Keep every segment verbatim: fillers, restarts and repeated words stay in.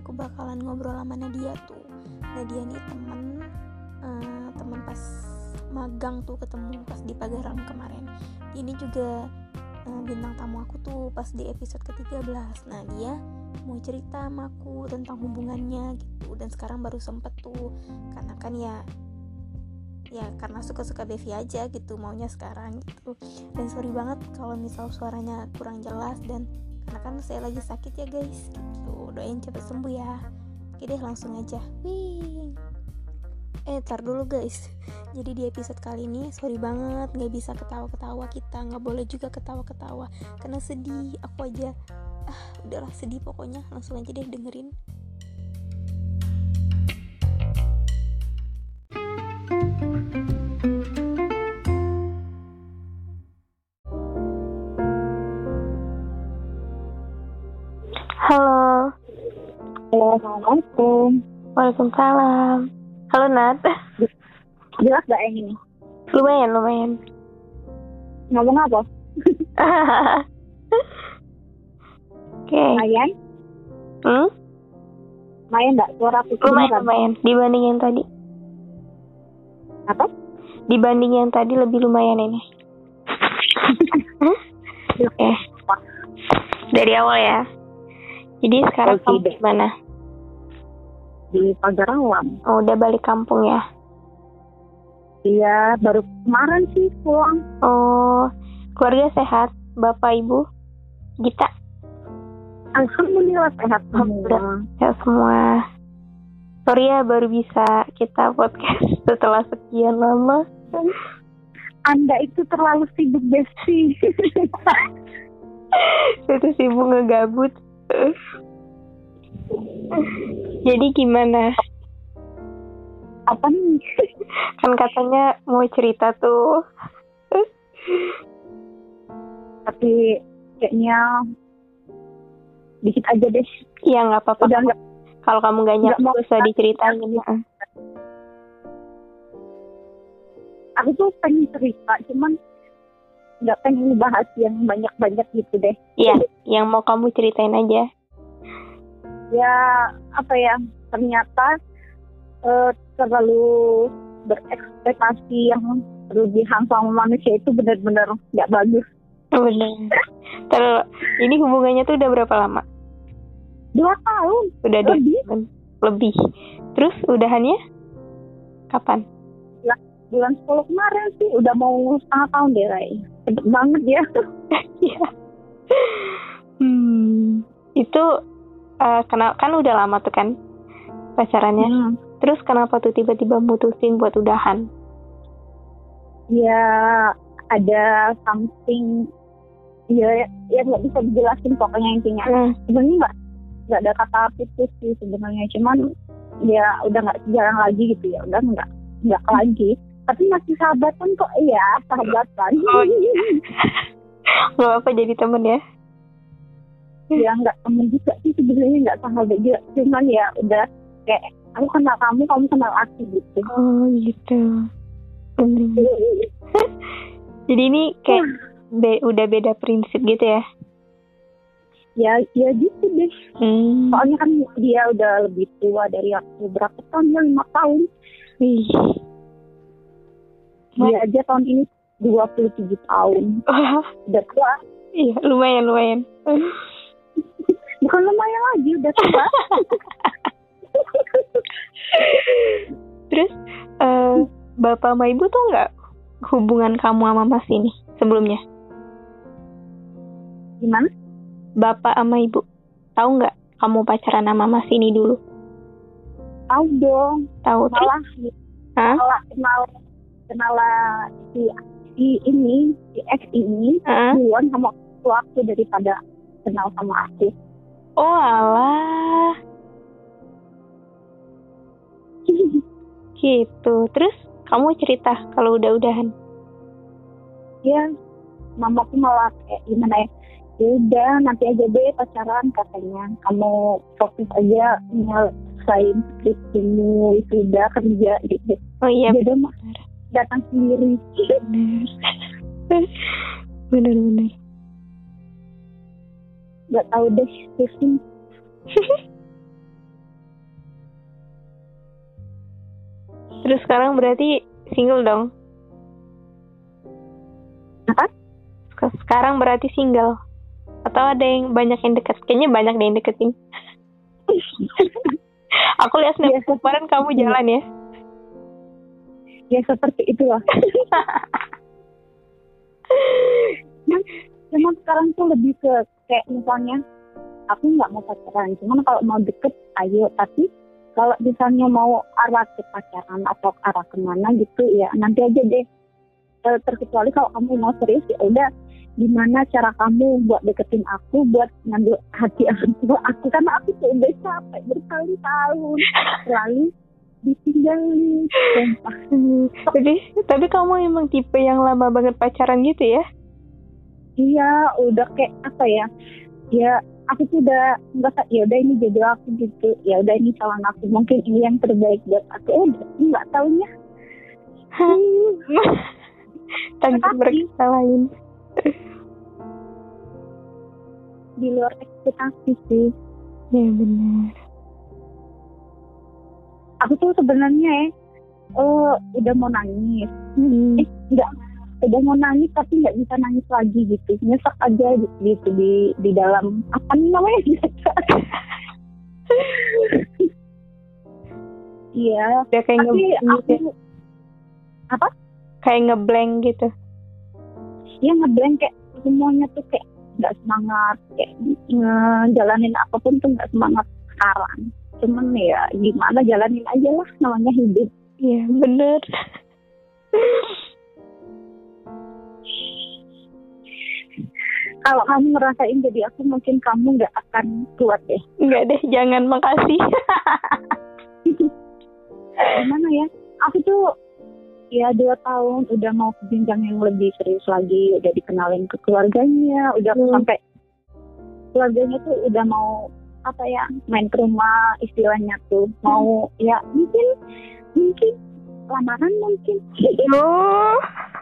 aku bakalan ngobrol sama Nadia tuh. Nadia nih temen uh, temen pas magang tuh, ketemu pas di Pagaran kemarin. Ini juga uh, bintang tamu aku tuh pas di episode ke tiga belas. Nah dia mau cerita sama aku tentang hubungannya gitu, dan sekarang baru sempet tuh, karena kan ya ya karena suka-suka Bevi aja gitu, maunya sekarang gitu. Dan sorry banget kalau misal suaranya kurang jelas, dan karena kan saya lagi sakit ya guys gitu, doain cepet sembuh ya. Oke deh, langsung aja. Wih. Eh tar dulu guys, jadi di episode kali ini sorry banget gak bisa ketawa-ketawa, kita gak boleh juga ketawa-ketawa karena sedih. Aku aja ah udahlah sedih pokoknya. Langsung aja deh dengerin. Halo. Halo, assalamualaikum. Waalaikumsalam. Halo Nat. Jelas gak yang ini? Lumayan, lumayan. Ngomong apa? Oke. Okay. Lumayan? Hmm? Lumayan gak suara aku? Lumayan, lumayan. Dibanding yang tadi. Apa? Dibanding yang tadi lebih lumayan ini. Oke. Okay. Dari awal ya. Jadi sekarang okay, kamu di mana? Di Pagaran. Oh, udah balik kampung ya? Iya, baru kemarin sih pulang. Oh, keluarga sehat? Bapak, Ibu? Gita? Alhamdulillah sehat semua. Sehat semua. Sorry ya, baru bisa kita podcast setelah sekian lama. Anda itu terlalu sibuk, Besti. Itu sibuk ngegabut. Jadi gimana? Apa nih? Kan katanya mau cerita tuh. Tapi kayaknya dikit aja deh. Iya nggak apa-apa. Kalau kamu nggak nyaman gak usah diceritain. Aku tuh pengen cerita, cuman nggak pengen bahas yang banyak-banyak gitu deh. Iya, yang mau kamu ceritain aja. Ya apa ya, ternyata uh, terlalu berekspektasi yang berlebihan sama manusia itu benar-benar nggak bagus. Benar. Terus ini hubungannya tuh udah berapa lama? Dua tahun. Udah lebih. Dua tahun. Lebih. Terus udahannya kapan? Ya, bulan sepuluh kemarin sih, udah mau setengah tahun deh, Ray. Cepet banget ya. Iya. hmm. Itu uh, kenal kan udah lama tuh kan pacarannya. Hmm. Terus kenapa tuh tiba-tiba mutusin buat udahan? Ya ada something ya yang nggak bisa dijelasin pokoknya intinya. Hmm. Sebenarnya nggak nggak ada kata putus sih sebenarnya, cuman ya udah nggak sejalan lagi gitu, ya udah nggak nggak lagi. Tapi masih sahabatan kok. Iya, sahabatan. Oh iya. Gak apa-apa jadi temen ya. Ya nggak temen juga sih sebenarnya, nggak sahabat juga, cuman ya udah kayak aku kenal kamu, kamu kenal aku gitu. Oh gitu. Jadi ini kayak be- udah beda prinsip gitu ya? Ya, ya gitu deh. Hmm. Soalnya kan dia udah lebih tua dari aku berapa tahun ya, lima tahun. Wih. Dia aja tahun ini dua puluh tujuh tahun. Udah tua. Iya, lumayan lumayan. Bukan lumayan lagi, udah tua. Terus uh, bapak sama ibu tuh nggak hubungan kamu sama Mas ini sebelumnya? Gimana? Bapak sama ibu tahu nggak kamu pacaran sama Mas ini dulu? Tahu dong. Tahu. Malah, Hah? malah kenal kenal si, si ini, si X ini uh-huh. duluan sama waktu daripada kenal sama aku. Oh alah. Gitu. Terus kamu cerita kalau udah-udahan? Ya, mamaku malah kayak gimana ya? Ya udah, nanti aja deh pacaran katanya. Kamu fokus aja nyelesain skripsimu, sudah kerja gitu. Oh iya. Jadi mah datang sendiri. Bener-bener. Gak tahu deh, pusing. Terus sekarang berarti single dong? Apa? Sekarang berarti single? Atau ada yang banyak yang deket? Kayaknya banyak deh yang deketin. Aku lihat snap ya, kemarin kamu jalan ya. Ya seperti itulah. Cuman sekarang tuh lebih ke kayak misalnya aku nggak mau pacaran, cuman kalau mau deket ayo, tapi kalau misalnya mau arah ke pacaran atau arah kemana gitu ya nanti aja deh. Terkecuali kalau kamu mau serius ya udah, gimana cara kamu buat deketin aku, buat ngambil hati aku, aku karena aku tuh udah capek berkali-tahun selalu ditinggalin. Jadi tapi kamu emang tipe yang lama banget pacaran gitu ya? Iya, udah kayak apa ya? Ya aku tuh udah nggak, ya udah ini jodoh aku gitu. Ya udah ini salah aku. Mungkin ini yang terbaik buat aku. Oh, nggak taunya. Takdir berkata lain. Di luar ekspektasi sih. Ya benar. Aku tuh sebenarnya ya, oh udah mau nangis. Hmm. Eh enggak, udah mau nangis tapi nggak bisa nangis lagi gitu. Nyesek aja gitu di di dalam apa nih namanya? Iya. Udah kayak tapi aku gitu. Apa? Kayak ngeblank gitu. Iya ngeblank, kayak semuanya tuh kayak nggak semangat, kayak ngejalanin apapun tuh nggak semangat sekarang. Cuman ya gimana, jalanin aja lah, namanya hidup. Iya bener. Kalau kamu ngerasain jadi aku, mungkin kamu nggak akan kuat deh. Nggak deh, jangan, makasih. Gimana ya, aku tuh ya dua tahun udah mau ke jenjang yang lebih serius lagi, udah dikenalin ke keluarganya, udah hmm. sampai keluarganya tuh udah mau apa ya, main ke rumah istilahnya tuh, mau hmm. ya mungkin mungkin lamaran mungkin. Oh.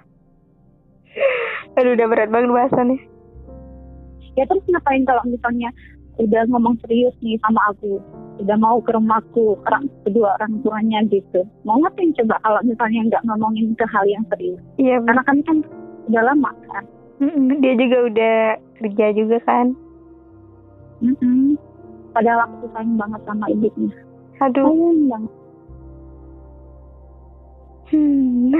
Aduh, udah berat banget bahasannya. Ya terus ngapain kalau misalnya udah ngomong serius nih sama aku, udah mau ke rumahku, orang kedua orang tuanya gitu, mau ngapain coba kalau misalnya nggak ngomongin ke hal yang serius? Iya. Karena kan kan udah lama kan. Mm-mm, dia juga udah kerja juga kan. Mm-mm. Padahal aku tuh sayang banget sama ibunya. Aduh. Sayang banget. Hmm.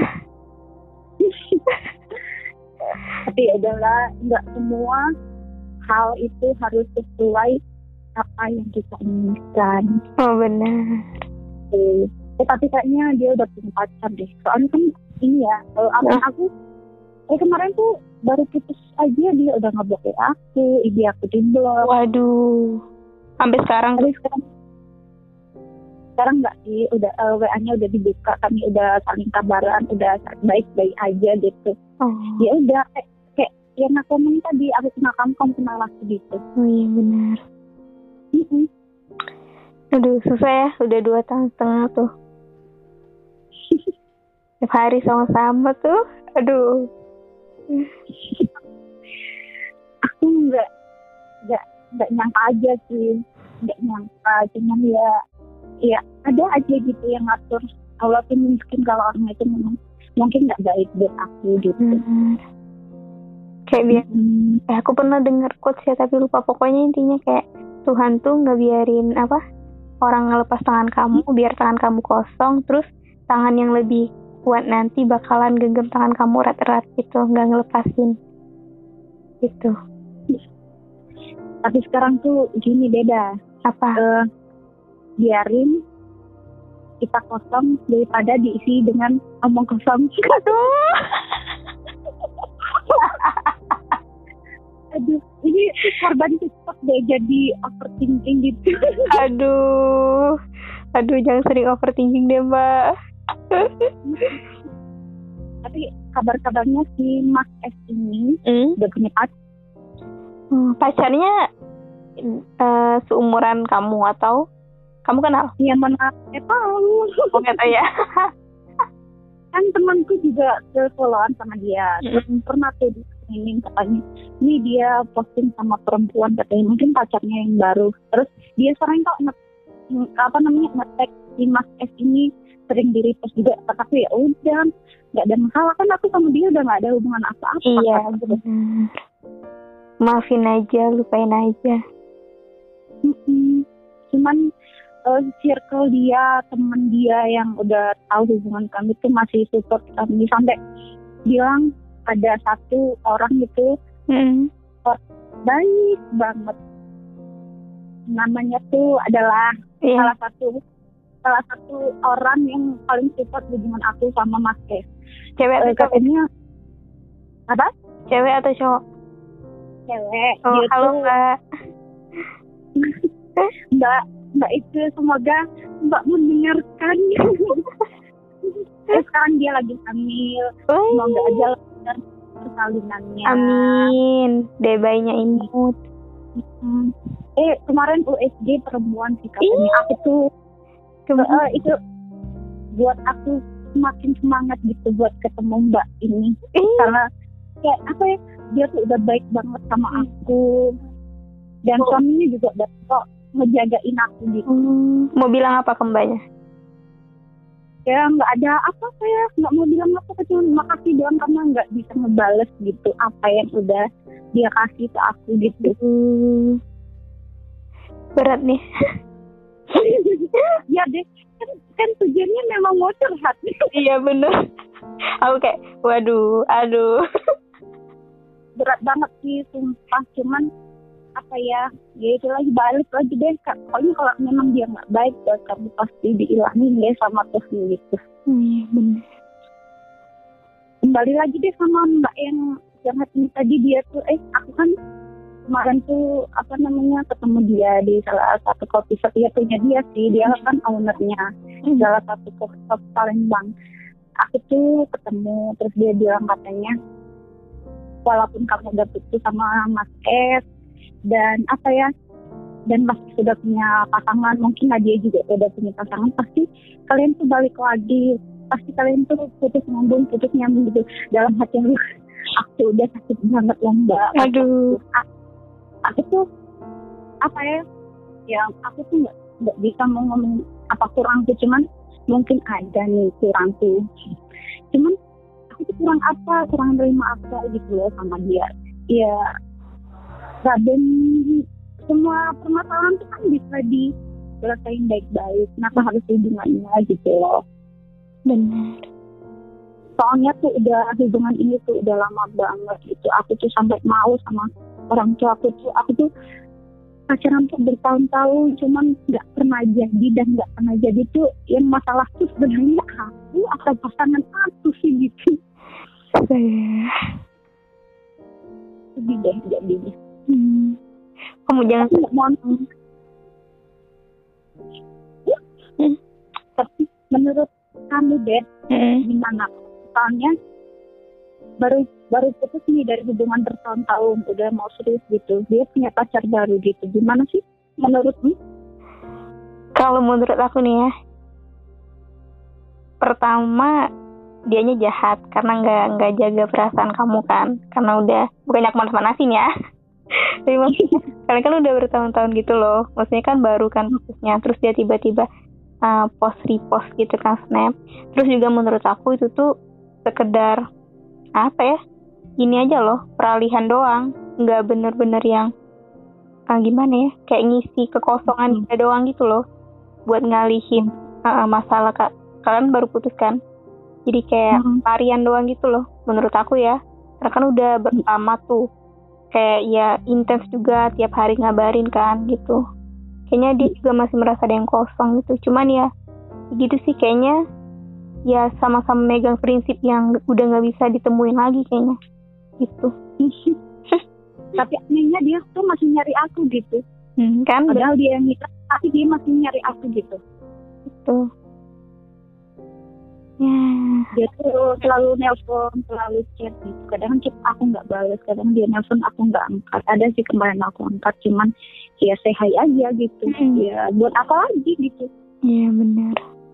Tapi ya udahlah, nggak semua hal itu harus sesuai apa yang kita inginkan. Oh benar. Eh, eh tapi kayaknya dia udah punya pacar deh. Soalnya kan ini ya, uh, abang oh. aku eh kemarin tuh baru putus aja, dia udah ngeblok aku, I G aku diblok. Waduh. Sampai sekarang tuh. Sekarang, sekarang nggak sih, udah uh, W A-nya udah dibuka, kami udah saling kabaran, udah baik-baik aja gitu. Oh. Ya udah kayak, kayak yang aku ngomong tadi, aku kenal kamu, kamu kenal aku gitu. Oh iya benar. Mm-hmm. Aduh susah ya, udah dua tahun setengah tuh. Setiap hari sama-sama tuh, aduh. Aku nggak nggak nggak nyangka aja sih, nggak nyangka, cuman ya ya ada aja gitu yang ngatur. Allah tuh mungkin kalau orang itu memang mungkin nggak baik buat aku gitu. Hmm. Kayak biar, hmm. eh, aku pernah dengar quotes ya tapi lupa, pokoknya intinya kayak Tuhan tuh nggak biarin apa orang ngelepas tangan kamu, biar tangan kamu kosong, terus tangan yang lebih kuat nanti bakalan genggam tangan kamu erat-erat gitu, nggak ngelepasin gitu. Tapi sekarang tuh gini beda. Apa? Uh, biarin kita kosong daripada diisi dengan omong kosong. Aduh. Aduh, ini korban TikTok deh jadi overthinking gitu. Aduh, aduh jangan sering overthinking deh mbak. Tapi kabar-kabarnya si Mas S ini hmm? udah punya pacar. Hmm, pacarnya uh, seumuran kamu atau kamu kenal? Iya mana ya tahu. Oh nggak tahu ya. Kan temanku juga followan sama dia. Terus hmm. pernah tuh ini katanya, ini dia posting sama perempuan katanya, mungkin pacarnya yang baru. Terus dia sering kok nge, apa namanya nge-tag si Mas S ini sering di repost juga, tapi ya udah nggak ada masalah kan, aku sama dia udah nggak ada hubungan apa-apa. Iya benar. Maafin aja, lupain aja. Mm-mm. Cuman uh, circle dia, teman dia yang udah tahu hubungan kami tuh masih support kami, sampai bilang ada satu orang gitu Mm. baik banget, namanya tuh adalah Iya. salah satu salah satu orang yang paling support hubungan aku sama Mas S. Cewek atau Eh, cowok? katanya apa? Cewek atau cowok? Cewek. Oh, Dia halo tuh Mbak. Mbak Mbak itu semoga Mbak mendengarkan. eh, sekarang dia lagi hamil. Wih. Semoga aja lancar persalinannya. Amin. Deh bayinya imut. Hmm. Eh kemarin U S G perempuan sih katanya. Ih. Aku tuh Kem- eh, itu buat aku semakin semangat gitu buat ketemu Mbak ini. Ih. Karena kayak apa ya, dia tuh udah baik banget sama Hmm. aku, dan Oh. suaminya juga udah kok ngejagain aku gitu. Hmm, mau bilang apa ke mbaknya? Ya nggak ada apa-apa ya, nggak mau bilang apa, cuma makasih doang karena nggak bisa ngebales gitu apa yang udah dia kasih ke aku gitu. Hmm. Berat nih. Ya deh, kan, kan tujuannya memang mau curhat. Iya bener. Aku kayak waduh, aduh. Berat banget sih sumpah, cuman apa ya, ya itu lagi balik lagi deh Kak. Pokoknya kalau memang dia nggak baik buat kamu pasti diilangin deh sama Tuhan gitu. Iya bener. Kembali lagi deh sama Mbak yang curhat ini tadi, dia tuh eh aku kan kemarin tuh apa namanya ketemu dia di salah satu kopi shop, ya punya dia sih, dia kan ownernya salah satu kopi shop Palembang. Aku tuh ketemu, terus dia bilang katanya walaupun kamu udah putus sama Mas S dan apa ya, dan Mas sudah punya pasangan, mungkin dia juga udah punya pasangan, pasti kalian tuh balik lagi, pasti kalian tuh putus nyambung putus nyambung gitu dalam hati lu. Aku udah sakit banget loh Mbak. Aduh. Aku, aku tuh apa ya, yang aku tuh nggak nggak bisa mau ngomong apa kurangku, cuman mungkin ada nih kurangku, cuman aku tuh kurang apa, kurang terima apa gitu loh sama dia. Ya dan semua permasalahan itu kan bisa diselesaikan baik-baik, kenapa harus hubungannya gitu loh. Benar. Soalnya tuh udah hubungan ini tuh udah lama banget gitu, aku tuh sampai mau sama orang tua aku tuh, aku tuh pacaran tuh bertahun-tahun cuman nggak pernah jadi, dan nggak pernah jadi tuh yang masalah tuh sebenarnya aku atau pasangan aku sih gitu. Saya. Sedih deh jadinya. Hmm. Kamu jangan Aku nggak mau. Hmm. Tapi menurut kamu deh Hmm. gimana? Soalnya baru baru putus nih dari hubungan bertahun-tahun, udah mau serius gitu, dia punya pacar baru gitu, gimana sih menurutmu? Kalau menurut aku nih ya, pertama dianya jahat karena nggak nggak jaga perasaan kamu kan, karena udah bukannya manas-manasin ya. Tapi maksudnya kalian kan udah bertahun-tahun gitu loh, maksudnya kan baru kan putusnya, terus dia tiba-tiba uh, post repost gitu kan snap. Terus juga menurut aku itu tuh sekedar apa ya, ini aja loh, peralihan doang, nggak bener-bener yang uh, gimana ya, kayak ngisi kekosongan dia doang gitu loh, buat ngalihin uh, masalah kak kalian baru putus kan, jadi kayak Hmm. varian doang gitu loh menurut aku ya, karena kan udah bersama tuh, kayak ya intens juga tiap hari ngabarin kan gitu, kayaknya dia juga masih merasa ada yang kosong gitu. Cuman ya gitu sih kayaknya, ya sama-sama megang prinsip yang udah nggak bisa ditemuin lagi kayaknya gitu. Tapi anehnya dia tuh masih nyari aku gitu, Hmm, kan padahal dia yang nikah tapi dia masih nyari aku gitu. begitu ya. Dia tuh selalu nelpon, selalu chat gitu, kadang chat aku nggak balas, kadang dia nelpon aku nggak angkat. Ada sih kemarin aku angkat, cuman ya say hi aja gitu. Hmm. Ya buat apa lagi gitu. Iya benar.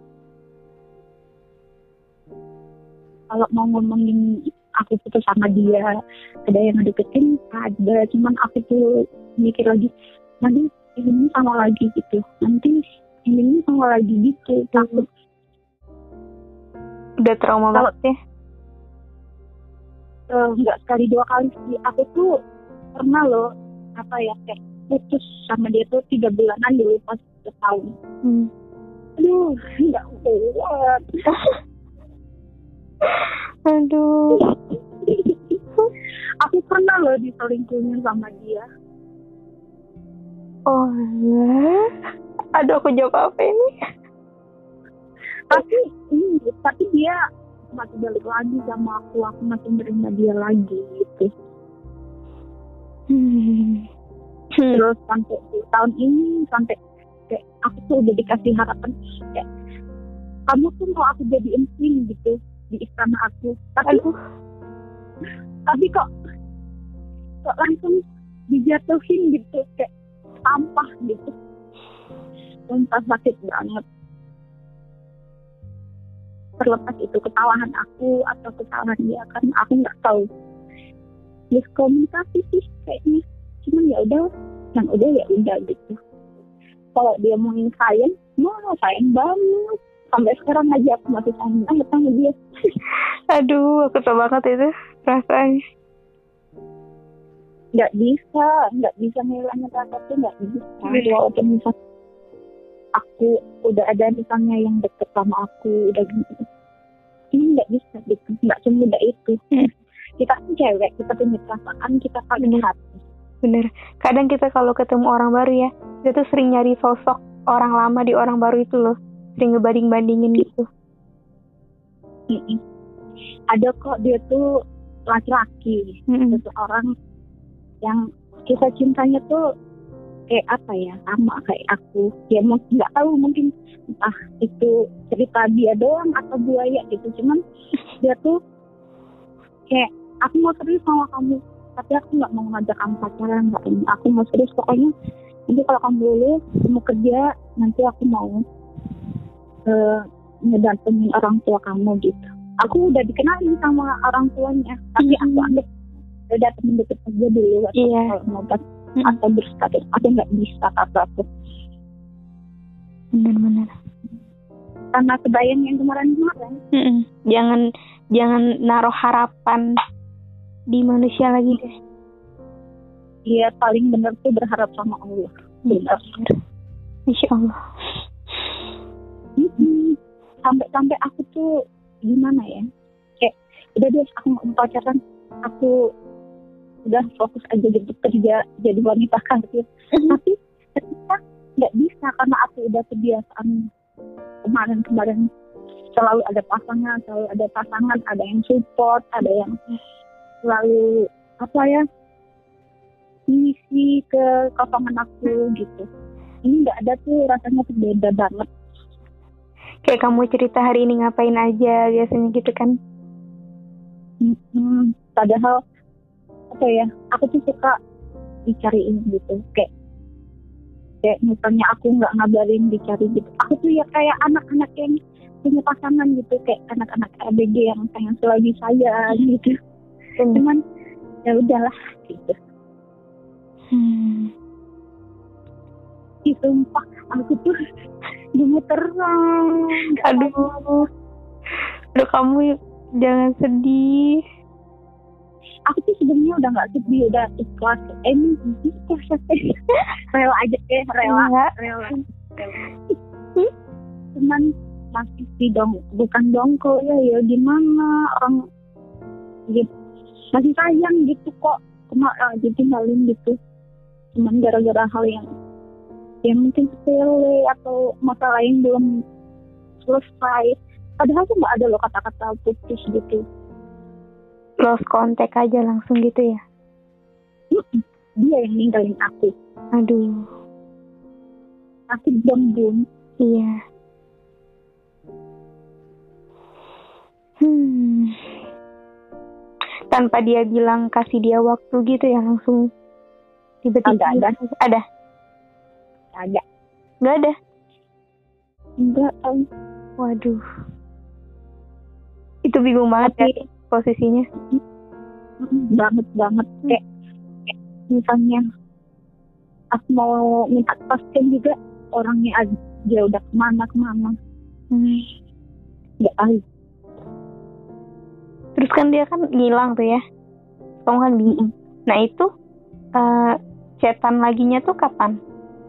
Kalau mau ngomongin aku putus sama dia, ada yang ngedeketin, ada, cuman aku tuh mikir lagi, nanti ini sama lagi gitu, nanti ini sama lagi gitu, takut. Udah trauma Kalau- banget ya. Eh, nggak sekali dua kali sih. Aku tuh pernah loh apa ya kayak putus sama dia tuh tiga bulanan dulu pas setahun. Hmm. Aduh, nggak kuat. Aduh. Aku pernah loh diselingkuhin sama dia. Oh lah. Aduh, aku jawab apa ini? Tapi ini, tapi dia masih balik lagi sama aku. Aku masih menerima dia lagi gitu. Hmm. Terus sampai tahun ini sampai kayak aku tuh udah dikasih harapan kayak kamu tuh mau aku jadi emping gitu di istana aku. Tapi Aduh. tapi kok kok langsung dijatuhin gitu kayak sampah gitu. Sumpah sakit banget. Terlepas itu kesalahan aku atau kesalahan dia kan aku nggak tahu. Miskomunikasi sih kayaknya. Cuman ya udah, yang udah ya udah gitu. Kalau dia mau sayang, mau sayang banget. Sampai sekarang aja aku masih sayang banget sama dia. Aduh, aku tau banget itu rasanya. Nggak bisa, nggak bisa ngilangin rasa tuh nggak bisa. Walaupun misalnya aku udah ada misalnya yang deket sama aku udah gitu, ini nggak bisa gitu, nggak semudah itu. Hmm. Kita kan cewek, kita punya perasaan, kita pakai hati. Bener. Kadang kita kalau ketemu orang baru ya, kita tuh sering nyari sosok orang lama di orang baru itu loh, sering ngebanding-bandingin gitu. Mm-mm. Ada kok dia tuh laki-laki, Mm-mm. seseorang yang kisah cintanya tuh kayak apa ya, sama kayak aku. Dia mungkin nggak tahu, mungkin entah itu cerita dia doang atau buaya gitu. Cuman dia tuh kayak aku mau serius sama kamu, tapi aku nggak mau ngajak kamu pacaran, nggak ini. Aku mau serius pokoknya. Nanti kalau kamu lulus mau kerja, nanti aku mau uh, ngedatengin orang tua kamu gitu. Aku udah dikenalin sama orang tuanya, tapi Mm-hmm. aku anggap udah temen deket aja dulu. Atau Iya. kalau mau pas Mm-mm. atau berstatus, aku nggak bisa kata aku. Bener-bener. Karena kebayang yang kemarin-kemarin. Mm-mm. Jangan jangan naruh harapan di manusia lagi deh. Dia paling bener tuh berharap sama Allah. Benar. Insya Allah. Mm-mm. Sampai-sampai aku tuh gimana ya, kayak udah deh aku nggak mau pacaran, aku udah fokus aja gitu kerja jadi wanita karir. Mm-hmm. Tapi ketika nggak bisa karena aku udah kebiasaan kemarin-kemarin selalu ada pasangan, selalu ada pasangan, ada yang support, ada yang selalu apa ya, ngisi ke kosongan aku gitu. Ini nggak ada tuh, rasanya tuh beda banget. Kayak kamu cerita hari ini ngapain aja biasanya gitu kan? Hmm, padahal apa ya, aku tuh suka dicariin gitu, kayak kayak misalnya aku nggak ngabarin dicari gitu. Aku tuh ya kayak anak-anak yang punya pasangan gitu, kayak anak-anak A B G yang sayang selalu sayang gitu. Hmm. Cuman ya udahlah gitu. Hmm. Ih, sumpah aku tuh gemeteran. Aduh. Aduh, kamu jangan sedih. Aku tuh sebenarnya udah nggak sedih, udah ikhlas. Eh, ini ikhlas rela aja deh, rela, Iya. rela, rela. Cuman masih sih dong, bukan dongko ya, ya gimana orang gitu, masih sayang gitu kok, cuma uh, ditinggalin gitu. Cuman gara-gara hal yang yang mungkin sepele atau masalah yang belum selesai. Padahal tuh nggak ada loh kata-kata putus gitu. Lost contact aja langsung gitu ya? Dia yang ninggalin aku. Aduh. Aku gembung. Iya. Hmm. Tanpa dia bilang kasih dia waktu gitu ya, langsung tiba-tiba. Ada, ada. Ada? Ada. Nggak ada? Enggak tahu. Waduh. Itu bingung banget Tapi, ya posisinya. banget banget Hmm. kayak, kayak misalnya aku mau minta kepastian juga, orangnya aja udah kemana-kemana. Hmm. Nggak tahu. Terus kan dia kan ngilang tuh ya, kamu kan bingung. Nah itu uh, chatan laginya tuh kapan?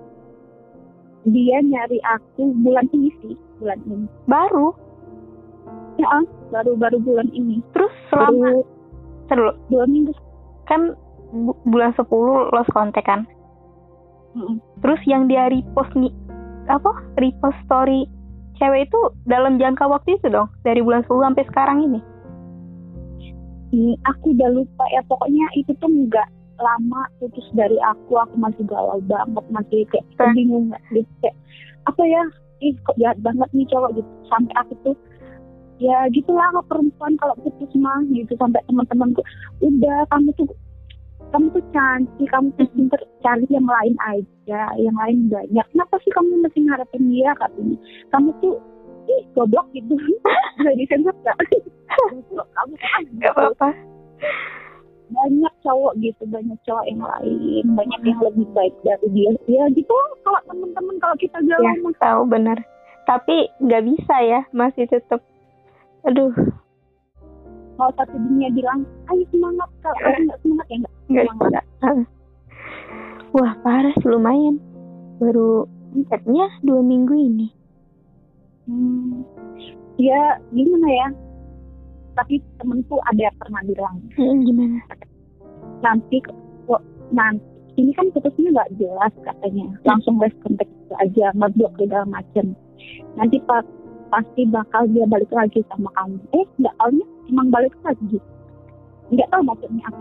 Dia nyari aku bulan ini sih, bulan ini. Baru? Ya, baru-baru bulan ini. Terus selama baru dua minggu kan bu- bulan sepuluh lost kontak kan? Mm-mm. Terus yang dia repost nih apa? Repost story cewek itu dalam jangka waktu itu dong, dari bulan sepuluh sampai sekarang ini. Ini aku udah lupa ya, pokoknya itu tuh nggak lama putus dari aku. Aku masih galau banget, masih kayak bingung nggak gitu, kayak apa ya, ih kok jahat banget nih cowok gitu. Sampai aku tuh ya gitulah, perempuan kalau putus mah gitu. Sampai teman-temanku, udah kamu tuh kamu tuh cantik, kamu tuh pinter, cari yang lain aja, yang lain banyak. Kenapa sih kamu mesti ngarepin dia, katanya. Kamu tuh ih goblok gitu. Bisa disensor nggak? Goblok kamu kan. Gak apa-apa. Banyak cowok gitu, banyak cowok yang lain, banyak yang lebih baik dari dia. Ya gitu kalau teman-teman, kalau kita galau Ya, mah. tahu benar. Tapi nggak bisa ya, masih tetap. Aduh. Kalau satu dunia bilang, ayo semangat, kalau orang nggak semangat ya nggak semangat. Wah parah sih, lumayan. Baru chatnya dua minggu ini. Hmm, ya gimana ya? Tapi temenku ada yang pernah bilang, hmm, gimana? Nanti kok nanti ini kan putusnya nggak jelas katanya, langsung less contact aja, ngeblok segala macem. Nanti pas pasti bakal dia balik lagi sama kamu. Eh nggak taunya emang balik lagi. Nggak tahu maksudnya apa.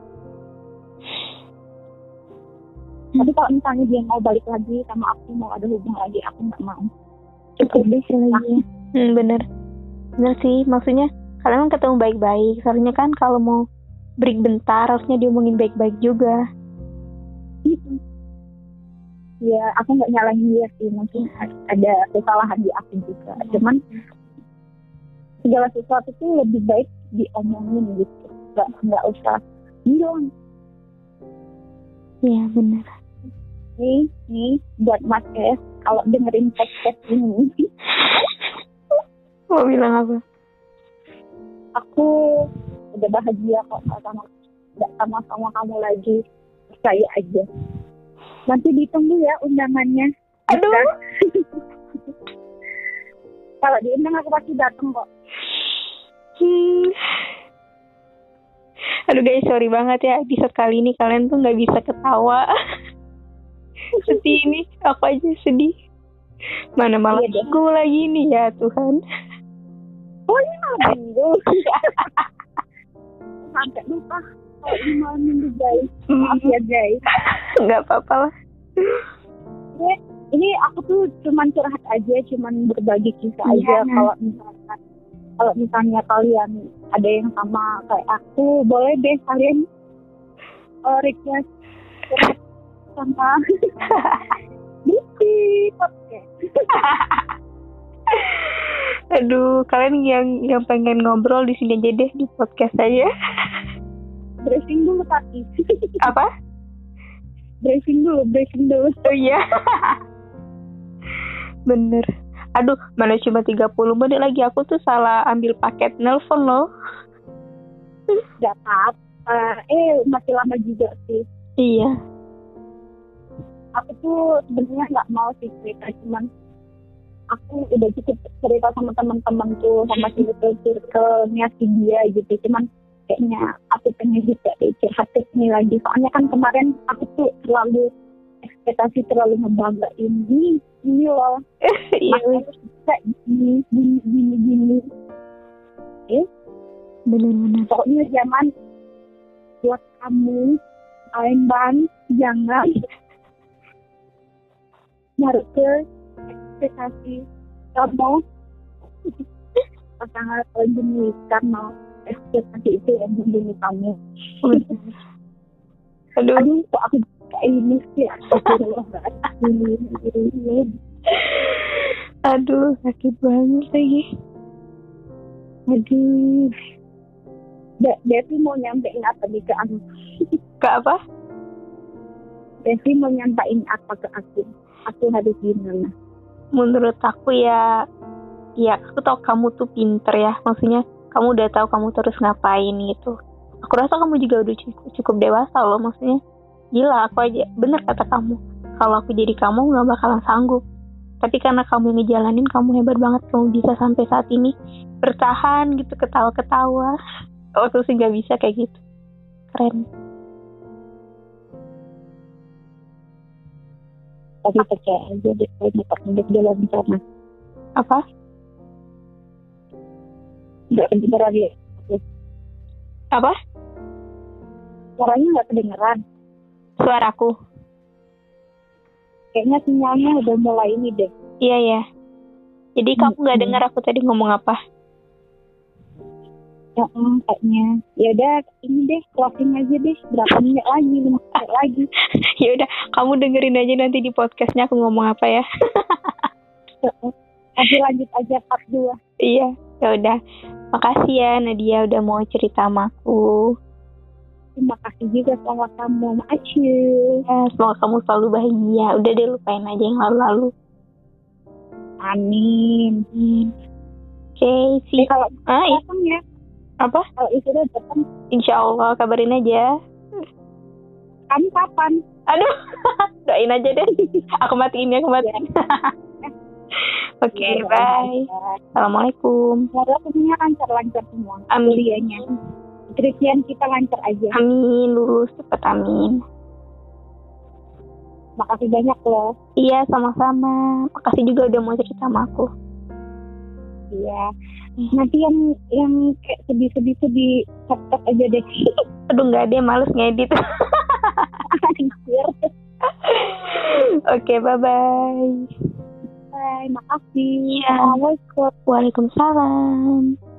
Hmm. Tapi kalau misalnya dia mau balik lagi sama aku, mau ada hubungan lagi, aku nggak mau. Cukup deh lagi. Hmm, bener. Bener sih, maksudnya kalian ketemu baik-baik. Soalnya kan kalau mau break bentar harusnya diomongin baik-baik juga. Mm-hmm. Ya aku nggak nyalahin dia sih, mungkin ada kesalahan di aku juga. Mm-hmm. Cuman segala sesuatu tuh lebih baik diomongin gitu, nggak nggak usah bilang. Iya benar. Nih nih buat Mas S, kalau dengerin podcast ini mau bilang apa? Aku udah bahagia kok sama nggak sama sama kamu lagi, percaya aja. Nanti ditunggu ya undangannya. Aduh. Kalau diundang aku pasti datang kok. Hmm. Aduh guys, sorry banget ya episode kali ini kalian tuh nggak bisa ketawa. Sedih ini, aku aja sedih. Mana malam iya minggu lagi nih ya Tuhan. Oh ini malam minggu. Sampai lupa kalau ini malam minggu guys. Maaf ya guys. Nggak apa-apa lah. Ini, ini aku tuh cuman curhat aja, cuman berbagi kisah iya, aja. Kalau misalkan kalau misalnya kalian ada yang sama kayak aku, boleh deh kalian uh, request curhat sama Diki podcast. Aduh, kalian yang yang pengen ngobrol di sini aja deh, di podcast aja. Bracing dulu tapi. Apa? Bracing dulu, bracing dulu. Oh iya. Bener. Aduh, mana cuma tiga puluh menit lagi, aku tuh salah ambil paket nelpon loh. Gak apa-apa. Eh, masih lama juga sih. Iya. Aku tuh sebenarnya nggak mau sih cerita, cuman aku udah cukup cerita sama teman-teman tuh, sama circle-circle-nya si dia gitu. Cuman kayaknya aku pengen juga curhat ini lagi. Soalnya kan kemarin aku tuh terlalu ekspektasi, terlalu ngebanggain ini, ini loh. Iya. Kayak gini, gini, gini, gini. Eh, benar-benar. Pokoknya zaman buat kamu, kalian ban, jangan naruh ke ekspektasi kamu pasangan kalian jenis, karena ekspektasi itu yang membunuh kamu. Aduh, aduh kok aku kayak ini sih. Aduh, sakit banget lagi. Aduh, De- Devi mau nyampein apa nih ke aku? Ke apa? Devi mau nyampein apa ke aku? aku harus gimana? Menurut aku ya, ya aku tahu kamu tuh pinter ya, maksudnya kamu udah tahu kamu terus ngapain gitu. Aku rasa kamu juga udah cukup, cukup dewasa loh, maksudnya gila aku aja, bener kata kamu, kalau aku jadi kamu nggak bakalan sanggup. Tapi karena kamu yang ngejalanin, kamu hebat banget, kamu bisa sampai saat ini bertahan gitu, ketawa-ketawa. Waktu sih nggak bisa kayak gitu, keren. Tapi percaya aja deh, kalau hidup dalam sana. Apa? Nggak kedengeran ya? Apa? Suaranya nggak kedengeran. Suaraku? Kayaknya sinyalnya udah mulai ini deh. Iya ya. Jadi hmm, kamu nggak hmm. dengar aku tadi ngomong apa? Ya, mm, kayaknya. Ya udah, ini deh closing aja deh. Berapa menit lagi? Lima menit lagi. Ya udah, kamu dengerin aja nanti di podcastnya aku ngomong apa ya. Nanti lanjut aja part dua. Iya, ya udah. Makasih ya Nadia udah mau cerita sama aku. Terima kasih juga sama kamu, makasih. Ya, semoga kamu selalu bahagia. Udah deh, lupain aja yang lalu-lalu. Amin. Hmm. Oke, okay, sih. Eh, kalau ah, datang ya. Apa? Kalau itu udah datang. Insya Allah, kabarin aja. Kamu kapan? Aduh, doain aja deh. Aku matiin ya, aku matiin. Oke, okay, ya, bye. Ya. Assalamualaikum. Semoga semuanya lancar-lancar semua. Amin. Kuliahnya. Skripsian kita lancar aja. Amin, lulus cepat, amin. Makasih banyak loh. Iya, sama-sama. Makasih juga udah mau cerita sama aku. Iya. Nanti yang yang kayak sedih-sedih tuh di cut aja deh. Aduh, nggak deh, males ngedit. Oke, bye-bye. Bye, makasih. Ya. Assalamualaikum. Waalaikumsalam.